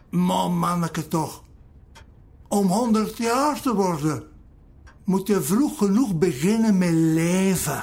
Maar manneke toch. Om 100 jaar te worden, moet je vroeg genoeg beginnen met leven.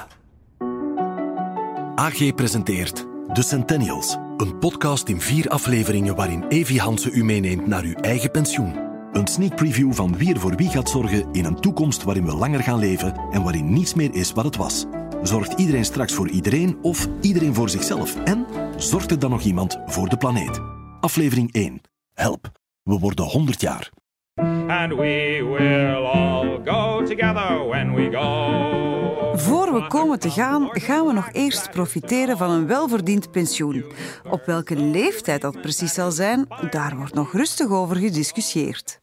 AG presenteert De Centennials. Een podcast in 4 afleveringen waarin Evi Hansen u meeneemt naar uw eigen pensioen. Een sneak preview van wie er voor wie gaat zorgen in een toekomst waarin we langer gaan leven en waarin niets meer is wat het was. Zorgt iedereen straks voor iedereen of iedereen voor zichzelf? En zorgt er dan nog iemand voor de planeet? Aflevering 1. Help. We worden 100 jaar. And we will all go together when we go. Voor we komen te gaan, gaan we nog eerst profiteren van een welverdiend pensioen. Op welke leeftijd dat precies zal zijn, daar wordt nog rustig over gediscussieerd.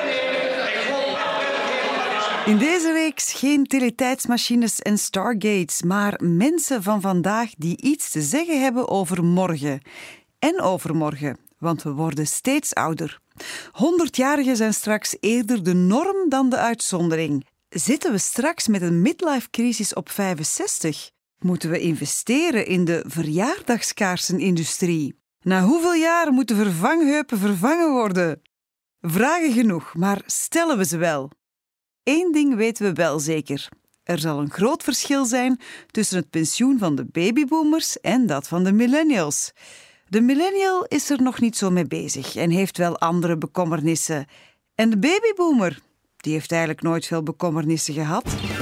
In deze reeks geen teletijdsmachines en stargates, maar mensen van vandaag die iets te zeggen hebben over morgen. En overmorgen, want we worden steeds ouder. 100-jarigen zijn straks eerder de norm dan de uitzondering. Zitten we straks met een midlife-crisis op 65? Moeten we investeren in de verjaardagskaarsenindustrie? Na hoeveel jaar moeten vervangheupen vervangen worden? Vragen genoeg, maar stellen we ze wel? Eén ding weten we wel zeker. Er zal een groot verschil zijn tussen het pensioen van de babyboomers en dat van de millennials. De millennial is er nog niet zo mee bezig en heeft wel andere bekommernissen. En de babyboomer, die heeft eigenlijk nooit veel bekommernissen gehad.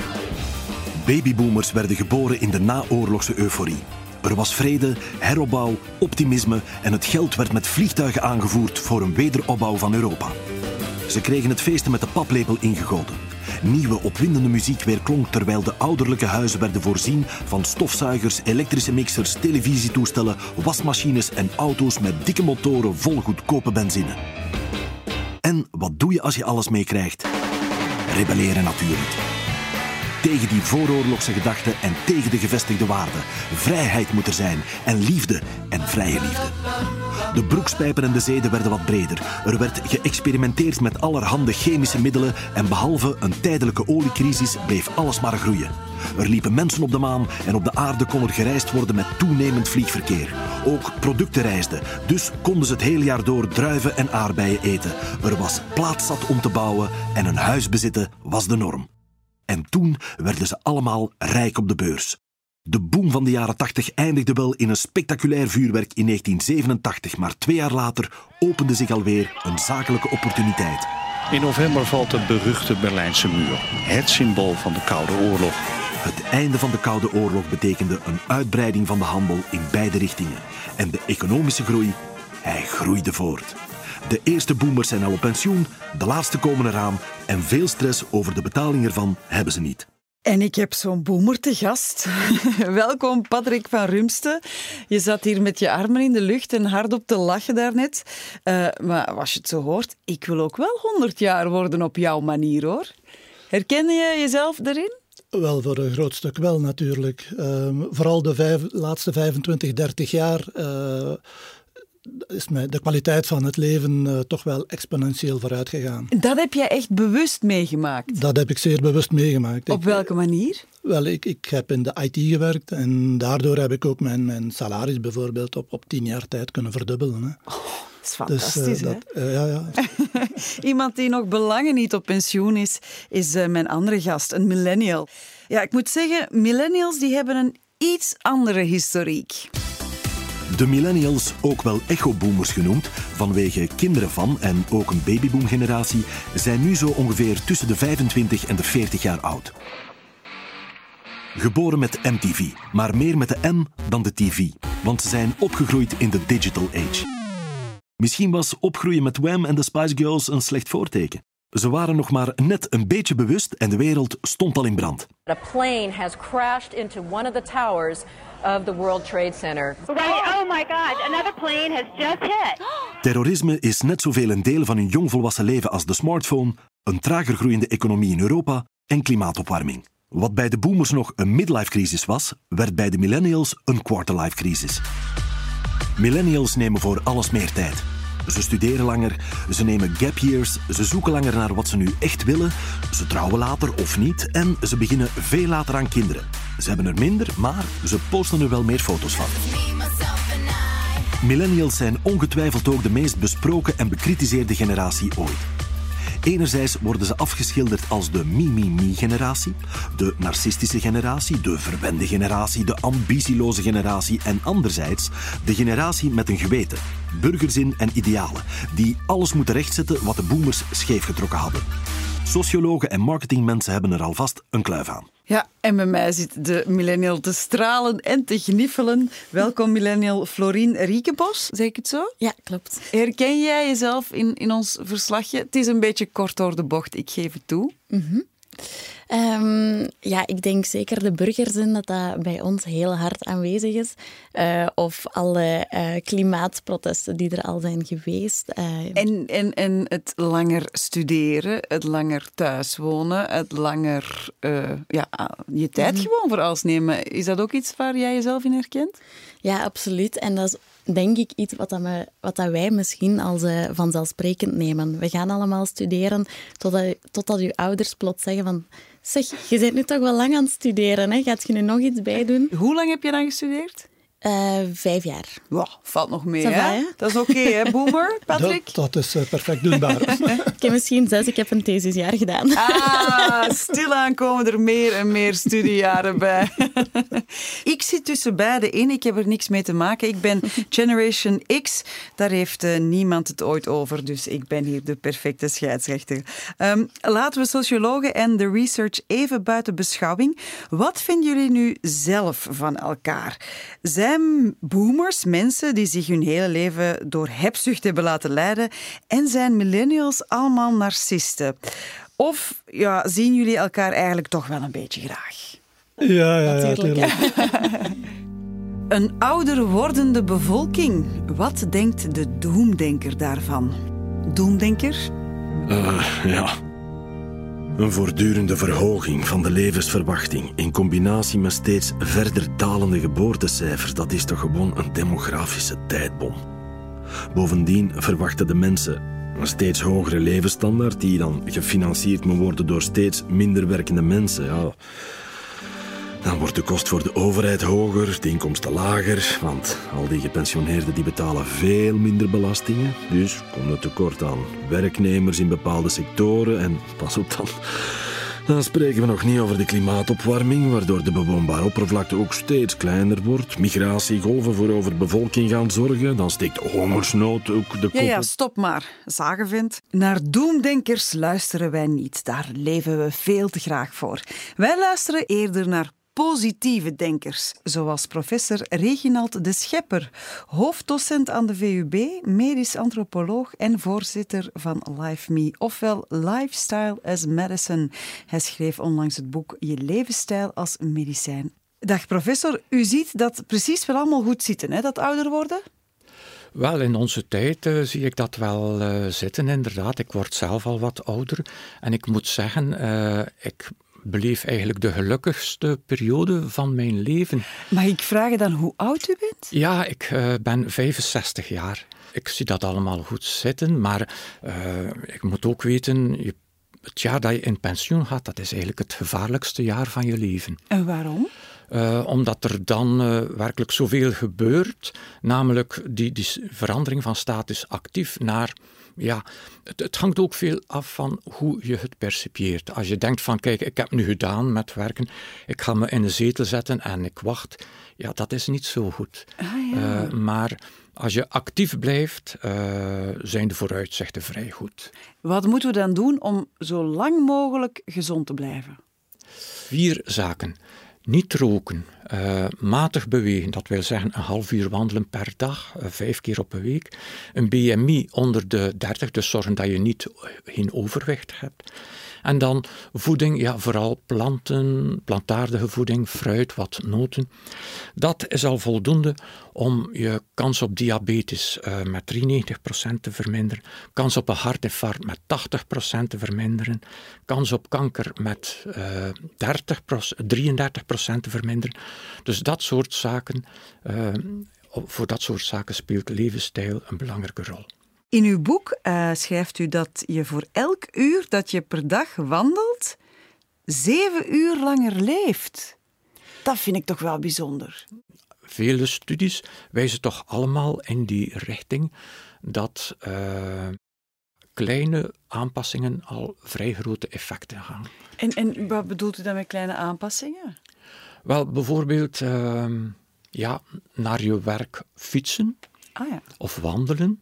Babyboomers werden geboren in de naoorlogse euforie. Er was vrede, heropbouw, optimisme en het geld werd met vliegtuigen aangevoerd voor een wederopbouw van Europa. Ze kregen het feesten met de paplepel ingegoten. Nieuwe opwindende muziek weerklonk terwijl de ouderlijke huizen werden voorzien van stofzuigers, elektrische mixers, televisietoestellen, wasmachines en auto's met dikke motoren vol goedkope benzine. En wat doe je als je alles meekrijgt? Rebelleren natuurlijk. Tegen die vooroorlogse gedachten en tegen de gevestigde waarden. Vrijheid moet er zijn en liefde en vrije liefde. De broekspijpen en de zeden werden wat breder. Er werd geëxperimenteerd met allerhande chemische middelen en behalve een tijdelijke oliecrisis bleef alles maar groeien. Er liepen mensen op de maan en op de aarde kon er gereisd worden met toenemend vliegverkeer. Ook producten reisden, dus konden ze het hele jaar door druiven en aardbeien eten. Er was plaats zat om te bouwen en een huis bezitten was de norm. En toen werden ze allemaal rijk op de beurs. De boom van de jaren 80 eindigde wel in een spectaculair vuurwerk in 1987, maar 2 jaar later opende zich alweer een zakelijke opportuniteit. In november valt de beruchte Berlijnse muur, het symbool van de Koude Oorlog. Het einde van de Koude Oorlog betekende een uitbreiding van de handel in beide richtingen. En de economische groei, hij groeide voort. De eerste boomers zijn al op pensioen, de laatste komen eraan en veel stress over de betaling ervan hebben ze niet. En ik heb zo'n boomer te gast. Welkom, Patrick van Rumsten. Je zat hier met je armen in de lucht en hardop te lachen daarnet. Maar als je het zo hoort, ik wil ook wel 100 jaar worden op jouw manier, hoor. Herken je jezelf daarin? Wel, voor een groot stuk wel natuurlijk. Vooral de laatste 25, 30 jaar is de kwaliteit van het leven toch wel exponentieel vooruit gegaan. Dat heb jij echt bewust meegemaakt? Dat heb ik zeer bewust meegemaakt. Op welke manier? Wel, ik heb in de IT gewerkt en daardoor heb ik ook mijn salaris bijvoorbeeld op 10 jaar tijd kunnen verdubbelen. Hè. Oh, dat is fantastisch, dus, ja. Iemand die nog belangen niet op pensioen is mijn andere gast, een millennial. Ja, ik moet zeggen, millennials die hebben een iets andere historiek. De millennials, ook wel echo-boomers genoemd, vanwege kinderen van en ook een babyboom-generatie, zijn nu zo ongeveer tussen de 25 en de 40 jaar oud. Geboren met MTV, maar meer met de M dan de TV, want ze zijn opgegroeid in de digital age. Misschien was opgroeien met Wham en de Spice Girls een slecht voorteken. Ze waren nog maar net een beetje bewust en de wereld stond al in brand. A plane has crashed into one of the towers of the World Trade Center. Oh my God, another plane has just hit. Terrorisme is net zoveel een deel van hun jongvolwassen leven als de smartphone, een trager groeiende economie in Europa en klimaatopwarming. Wat bij de boomers nog een midlife-crisis was, werd bij de millennials een quarterlife-crisis. Millennials nemen voor alles meer tijd. Ze studeren langer, ze nemen gap years, ze zoeken langer naar wat ze nu echt willen, ze trouwen later of niet en ze beginnen veel later aan kinderen. Ze hebben er minder, maar ze posten er wel meer foto's van. Millennials zijn ongetwijfeld ook de meest besproken en bekritiseerde generatie ooit. Enerzijds worden ze afgeschilderd als de me-generatie, de narcistische generatie, de verwende generatie, de ambitieloze generatie en anderzijds de generatie met een geweten, burgerzin en idealen, die alles moeten rechtzetten wat de boomers scheefgetrokken hadden. Sociologen en marketingmensen hebben er alvast een kluif aan. Ja, en bij mij zit de millennial te stralen en te gniffelen. Welkom millennial Florien Riekenbos, zeg ik het zo? Ja, klopt. Herken jij jezelf in ons verslagje? Het is een beetje kort door de bocht, ik geef het toe. Ja, ik denk zeker de burgerzin dat bij ons heel hard aanwezig is. Of alle klimaatprotesten die er al zijn geweest. En het langer studeren, het langer thuiswonen, het langer je tijd gewoon voor alles nemen. Is dat ook iets waar jij jezelf in herkent? Ja, absoluut. En dat is denk ik iets wat wij misschien als vanzelfsprekend nemen. We gaan allemaal studeren totdat uw ouders plots zeggen van... Zeg, je bent nu toch wel lang aan het studeren, hè? Gaat je nu nog iets bij doen? Hoe lang heb je dan gestudeerd? 5 jaar. Wow, valt nog mee, hè? Hè? Dat is oké, hè, Boomer, Patrick? Dat is perfect doenbaar. Ik heb misschien 6, ik heb een thesisjaar gedaan. Stilaan komen er meer en meer studiejaren bij. Ik zit tussen beide in, ik heb er niks mee te maken. Ik ben Generation X, daar heeft niemand het ooit over, dus ik ben hier de perfecte scheidsrechter. Laten we sociologen en de research even buiten beschouwing. Wat vinden jullie nu zelf van elkaar? Zijn boomers mensen die zich hun hele leven door hebzucht hebben laten leiden en zijn millennials allemaal narcisten? Of zien jullie elkaar eigenlijk toch wel een beetje graag? Ja, natuurlijk. Een ouder wordende bevolking. Wat denkt de doemdenker daarvan? Doemdenker? Een voortdurende verhoging van de levensverwachting in combinatie met steeds verder dalende geboortecijfers, dat is toch gewoon een demografische tijdbom. Bovendien verwachten de mensen een steeds hogere levensstandaard die dan gefinancierd moet worden door steeds minder werkende mensen. Ja. Dan wordt de kost voor de overheid hoger, de inkomsten lager, want al die gepensioneerden die betalen veel minder belastingen. Dus komt het tekort aan werknemers in bepaalde sectoren en pas op dan spreken we nog niet over de klimaatopwarming, waardoor de bewoonbare oppervlakte ook steeds kleiner wordt. Migratiegolven voor overbevolking gaan zorgen. Dan steekt de hongersnood ook de kop. Ja, stop maar, zagenvent. Naar doemdenkers luisteren wij niet. Daar leven we veel te graag voor. Wij luisteren eerder naar positieve denkers, zoals professor Reginald de Schepper, hoofddocent aan de VUB, medisch antropoloog en voorzitter van LifeMe, ofwel Lifestyle as Medicine. Hij schreef onlangs het boek Je levensstijl als medicijn. Dag professor, u ziet dat precies wel allemaal goed zitten, hè, dat ouder worden? Wel, in onze tijd zie ik dat wel zitten, inderdaad. Ik word zelf al wat ouder en ik moet zeggen, ik beleef eigenlijk de gelukkigste periode van mijn leven. Mag ik vragen dan hoe oud u bent? Ja, ik ben 65 jaar. Ik zie dat allemaal goed zitten, maar ik moet ook weten, het jaar dat je in pensioen gaat, dat is eigenlijk het gevaarlijkste jaar van je leven. En waarom? Omdat er dan werkelijk zoveel gebeurt, namelijk die verandering van status actief naar... Ja, het hangt ook veel af van hoe je het percipieert. Als je denkt van, kijk, ik heb nu gedaan met werken, ik ga me in de zetel zetten en ik wacht. Ja, dat is niet zo goed. Maar als je actief blijft, zijn de vooruitzichten vrij goed. Wat moeten we dan doen om zo lang mogelijk gezond te blijven? 4 zaken. Niet roken, matig bewegen, dat wil zeggen een half uur wandelen per dag, 5 keer op een week. Een BMI onder de 30, dus zorgen dat je geen overwicht hebt. En dan voeding, ja, vooral plantaardige voeding, fruit, wat noten. Dat is al voldoende om je kans op diabetes met 93% te verminderen, kans op een hartinfarct met 80% te verminderen, kans op kanker met 33% te verminderen. Dus dat soort zaken, voor dat soort zaken speelt levensstijl een belangrijke rol. In uw boek schrijft u dat je voor elk uur dat je per dag wandelt, 7 uur langer leeft. Dat vind ik toch wel bijzonder. vele studies wijzen toch allemaal in die richting dat kleine aanpassingen al vrij grote effecten gaan. En wat bedoelt u dan met kleine aanpassingen? Wel, bijvoorbeeld naar je werk fietsen of wandelen.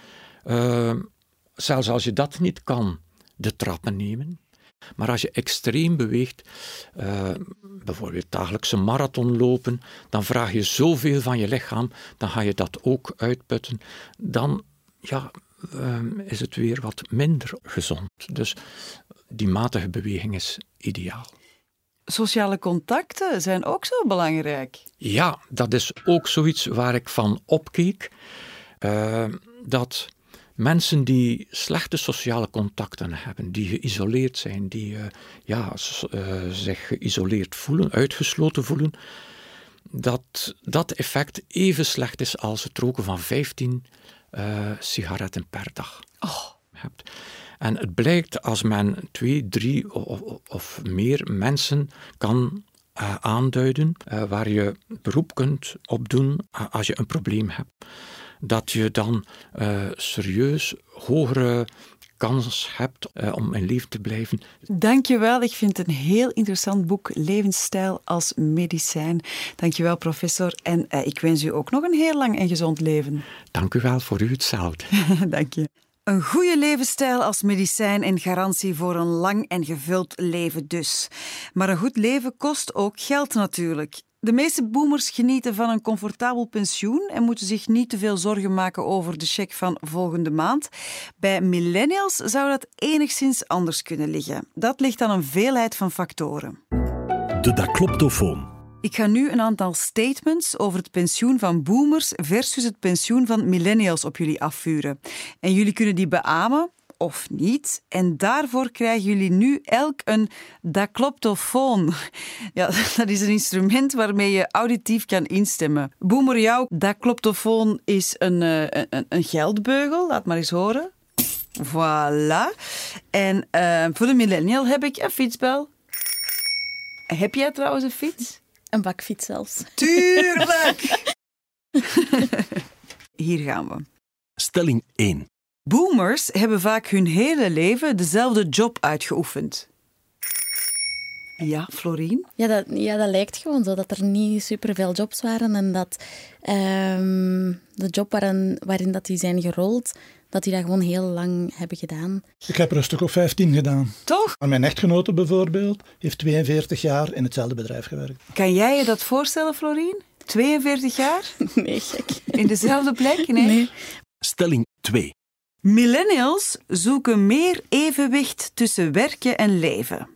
Zelfs als je dat niet kan, de trappen nemen. Maar als je extreem beweegt, bijvoorbeeld dagelijks een marathon lopen, dan vraag je zoveel van je lichaam, dan ga je dat ook uitputten. Dan is het weer wat minder gezond. Dus die matige beweging is ideaal. Sociale contacten zijn ook zo belangrijk. Ja, dat is ook zoiets waar ik van opkeek. Dat mensen die slechte sociale contacten hebben, die geïsoleerd zijn, die zich geïsoleerd voelen, uitgesloten voelen, dat effect even slecht is als het roken van 15 sigaretten per dag hebt. En het blijkt als men 2, 3 of meer mensen kan aanduiden waar je beroep kunt op doen als je een probleem hebt, dat je dan serieus hogere kans hebt om in leven te blijven. Dankjewel, ik vind het een heel interessant boek, Levensstijl als medicijn. Dankjewel, professor. En ik wens u ook nog een heel lang en gezond leven. Dank u wel, voor u hetzelfde. Dank je. Een goede levensstijl als medicijn en garantie voor een lang en gevuld leven dus. Maar een goed leven kost ook geld natuurlijk. De meeste boomers genieten van een comfortabel pensioen en moeten zich niet te veel zorgen maken over de cheque van volgende maand. Bij millennials zou dat enigszins anders kunnen liggen. Dat ligt aan een veelheid van factoren. De Dakloptofoon. Ik ga nu een aantal statements over het pensioen van boomers versus het pensioen van millennials op jullie afvuren. En jullie kunnen die beamen of niet. En daarvoor krijgen jullie nu elk een dakloptofoon. Ja, dat is een instrument waarmee je auditief kan instemmen. Boomer, jouw dakloptofoon is een geldbeugel. Laat maar eens horen. Voilà. En voor de millennial heb ik een fietsbel. Heb jij trouwens een fiets? Een bakfiets zelfs. Tuurlijk! Hier gaan we. Stelling 1. Boomers hebben vaak hun hele leven dezelfde job uitgeoefend. Ja, Florien? Ja, dat lijkt gewoon zo, dat er niet superveel jobs waren en dat de job waarin dat die zijn gerold, dat die dat gewoon heel lang hebben gedaan. Ik heb er een stuk of 15 gedaan. Toch? Maar mijn echtgenote bijvoorbeeld heeft 42 jaar in hetzelfde bedrijf gewerkt. Kan jij je dat voorstellen, Florien? 42 jaar? Nee, gek. In dezelfde plek? Nee. Stelling 2. Millennials zoeken meer evenwicht tussen werken en leven.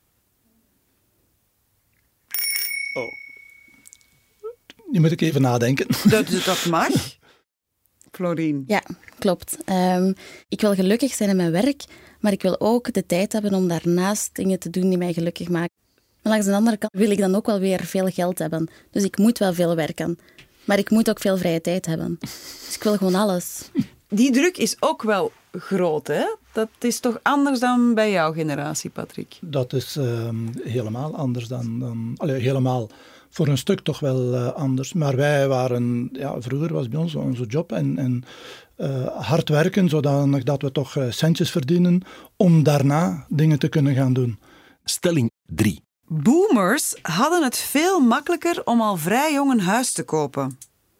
Nu moet ik even nadenken. Dat mag. Florien. Ja, klopt. Ik wil gelukkig zijn in mijn werk, maar ik wil ook de tijd hebben om daarnaast dingen te doen die mij gelukkig maken. Maar langs de andere kant wil ik dan ook wel weer veel geld hebben. Dus ik moet wel veel werken. Maar ik moet ook veel vrije tijd hebben. Dus ik wil gewoon alles. Die druk is ook wel groot, hè? Dat is toch anders dan bij jouw generatie, Patrick? Dat is helemaal anders dan helemaal. Voor een stuk toch wel anders. Maar wij waren, vroeger was bij ons onze job en hard werken, zodanig dat we toch centjes verdienen om daarna dingen te kunnen gaan doen. Stelling 3. Boomers hadden het veel makkelijker om al vrij jong een huis te kopen.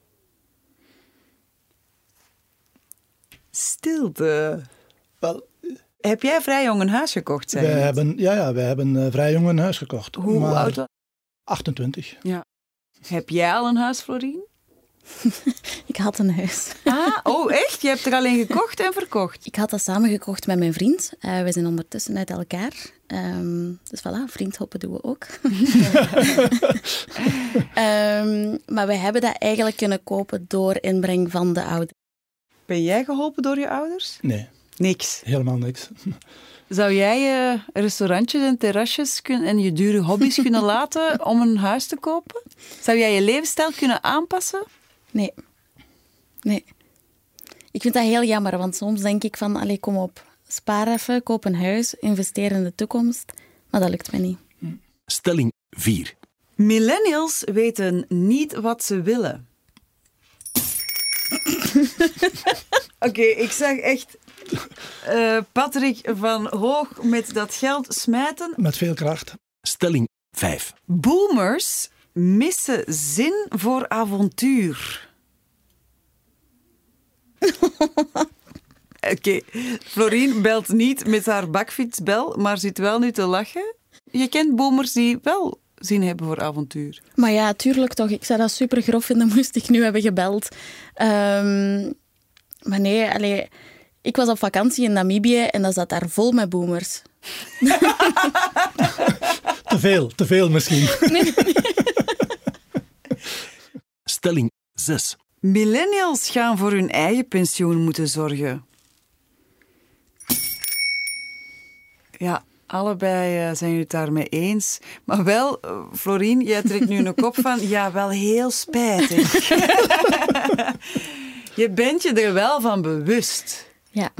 Stilte. Wel, heb jij vrij jong een huis gekocht? Wij hebben vrij jong een huis gekocht. Hoe oud was 28. Ja. Heb jij al een huis, Florien? Ik had een huis. Oh echt? Je hebt er alleen gekocht en verkocht? Ik had dat samen gekocht met mijn vriend. We zijn ondertussen uit elkaar. Dus voilà, vriendhoppen doen we ook. Maar we hebben dat eigenlijk kunnen kopen door inbreng van de ouders. Ben jij geholpen door je ouders? Nee. Niks? Helemaal niks. Zou jij je restaurantjes en terrasjes en je dure hobby's kunnen laten om een huis te kopen? Zou jij je levensstijl kunnen aanpassen? Nee. Ik vind dat heel jammer, want soms denk ik van, kom op, spaar even, koop een huis, investeer in de toekomst. Maar dat lukt mij niet. Stelling 4. Millennials weten niet wat ze willen. Oké, ik zag echt Patrick van Hoog met dat geld smijten. Met veel kracht. Stelling 5. Boomers missen zin voor avontuur. Oké, Florien belt niet met haar bakfietsbel, maar zit wel nu te lachen. Je kent boomers die wel zin hebben voor avontuur. Maar ja, tuurlijk toch. Ik zou dat super grof vinden, moest ik nu hebben gebeld. Maar nee, ik was op vakantie in Namibië en dat zat daar vol met boomers. Te veel misschien. Nee. Stelling 6. Millennials gaan voor hun eigen pensioen moeten zorgen. Ja, allebei zijn jullie het daarmee eens. Maar wel, Florien, jij trekt nu een kop van... Ja, wel heel spijtig. Je bent je er wel van bewust. Ja.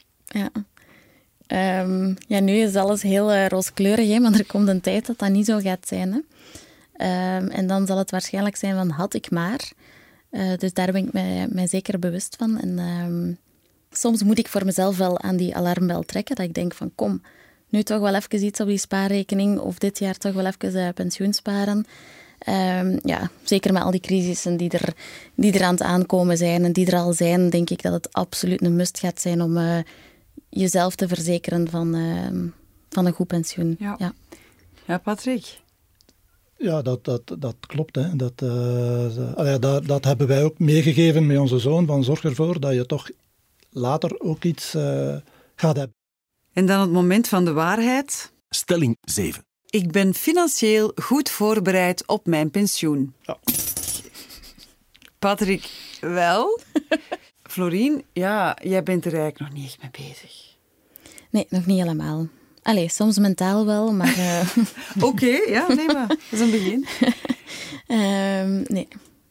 Ja, nu is alles heel rooskleurig, hè, maar er komt een tijd dat dat niet zo gaat zijn. Hè. En dan zal het waarschijnlijk zijn van had ik maar. Dus daar ben ik mij zeker bewust van. En soms moet ik voor mezelf wel aan die alarmbel trekken. Dat ik denk van kom, nu toch wel even iets op die spaarrekening. Of dit jaar toch wel even pensioen sparen. Ja, zeker met al die crisissen die er aan het aankomen zijn en die er al zijn, denk ik dat het absoluut een must gaat zijn om jezelf te verzekeren van een goed pensioen. Ja, Patrick? Ja, dat klopt. Hè. Dat hebben wij ook meegegeven met onze zoon. Van zorg ervoor dat je toch later ook iets gaat hebben. En dan het moment van de waarheid. Stelling 7. Ik ben financieel goed voorbereid op mijn pensioen. Ja. Patrick, wel? Florien, ja, jij bent er eigenlijk nog niet echt mee bezig. Nee, nog niet helemaal. Allee, soms mentaal wel, maar... Oké, ja, nee, maar dat is een begin. Nee.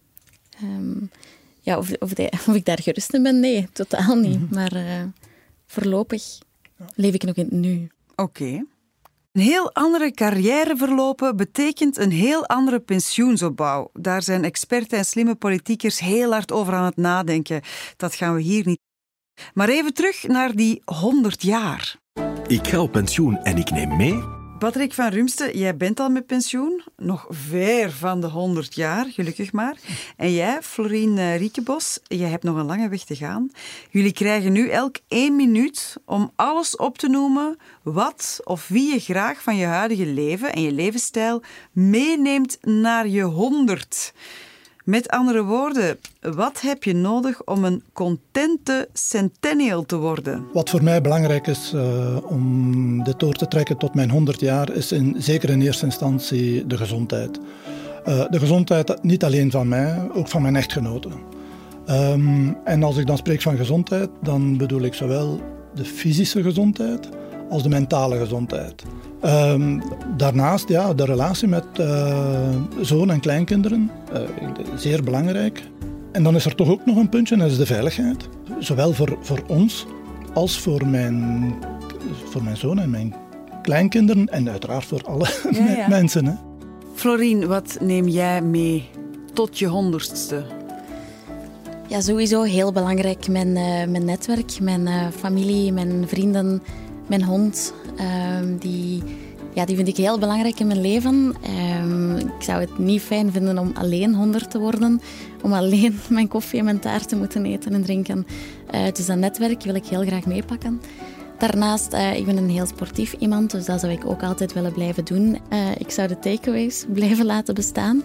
Ja, of ik daar gerust in ben? Nee, totaal niet. Maar voorlopig leef ik nog in het nu. Oké. Een heel andere carrière verlopen betekent een heel andere pensioensopbouw. Daar zijn experten en slimme politiekers heel hard over aan het nadenken. Dat gaan we hier niet. Maar even terug naar die 100 jaar. Ik ga op pensioen en ik neem mee... Patrick van Rumsten, jij bent al met pensioen. Nog ver van de 100 jaar, gelukkig maar. En jij, Florien Riekebos, jij hebt nog een lange weg te gaan. Jullie krijgen nu elk 1 minuut om alles op te noemen wat of wie je graag van je huidige leven en je levensstijl meeneemt naar je 100. Met andere woorden, wat heb je nodig om een contente centennial te worden? Wat voor mij belangrijk is om dit door te trekken tot mijn 100 jaar, is zeker in eerste instantie de gezondheid. De gezondheid niet alleen van mij, ook van mijn echtgenoten. En als ik dan spreek van gezondheid, dan bedoel ik zowel de fysische gezondheid als de mentale gezondheid. Daarnaast de relatie met zoon- en kleinkinderen, zeer belangrijk. En dan is er toch ook nog een puntje, en dat is de veiligheid. Zowel voor ons als voor mijn zoon en mijn kleinkinderen en uiteraard voor alle mensen. Hè. Florien, wat neem jij mee tot je 100ste? Ja, sowieso heel belangrijk. Mijn netwerk, mijn familie, mijn vrienden, mijn hond. Die vind ik heel belangrijk in mijn leven. Ik zou het niet fijn vinden om alleen 100 te worden. Om alleen mijn koffie en mijn taart te moeten eten en drinken. Dus dat netwerk wil ik heel graag meepakken. Daarnaast, ik ben een heel sportief iemand, dus dat zou ik ook altijd willen blijven doen. Ik zou de takeaways blijven laten bestaan.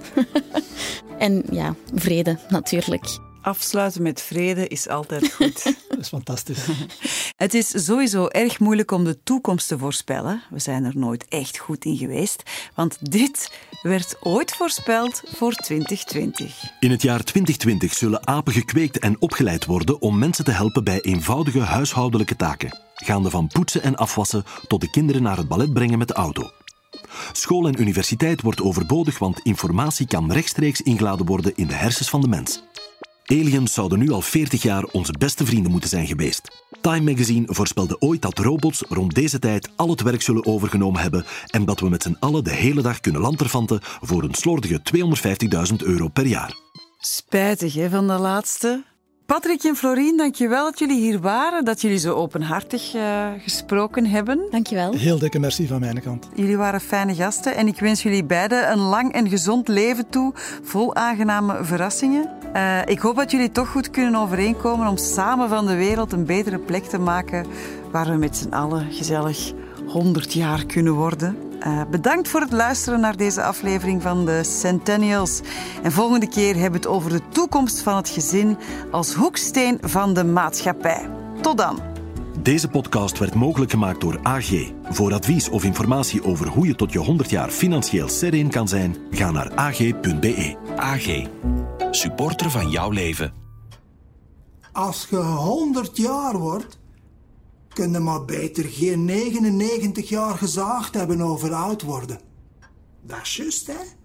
En ja, vrede natuurlijk. Afsluiten met vrede is altijd goed. Dat is fantastisch. Het is sowieso erg moeilijk om de toekomst te voorspellen. We zijn er nooit echt goed in geweest. Want dit werd ooit voorspeld voor 2020. In het jaar 2020 zullen apen gekweekt en opgeleid worden om mensen te helpen bij eenvoudige huishoudelijke taken. Gaande van poetsen en afwassen tot de kinderen naar het ballet brengen met de auto. School en universiteit wordt overbodig, want informatie kan rechtstreeks ingeladen worden in de hersens van de mens. Aliens zouden nu al 40 jaar onze beste vrienden moeten zijn geweest. Time Magazine voorspelde ooit dat robots rond deze tijd al het werk zullen overgenomen hebben en dat we met z'n allen de hele dag kunnen lanterfanten voor een slordige €250.000 per jaar. Spijtig, hè, van de laatste. Patrick en Florien, dankjewel dat jullie hier waren, dat jullie zo openhartig gesproken hebben. Dankjewel. Heel dikke merci van mijn kant. Jullie waren fijne gasten en ik wens jullie beiden een lang en gezond leven toe, vol aangename verrassingen. Ik hoop dat jullie toch goed kunnen overeenkomen om samen van de wereld een betere plek te maken waar we met z'n allen gezellig 100 jaar kunnen worden. Bedankt voor het luisteren naar deze aflevering van de Centennials. En volgende keer hebben we het over de toekomst van het gezin als hoeksteen van de maatschappij. Tot dan. Deze podcast werd mogelijk gemaakt door AG. Voor advies of informatie over hoe je tot je 100 jaar financieel sereen kan zijn, ga naar ag.be. AG. Supporter van jouw leven. Als je 100 jaar wordt, kun je maar beter geen 99 jaar gezaagd hebben over oud worden. Dat is juist, hè?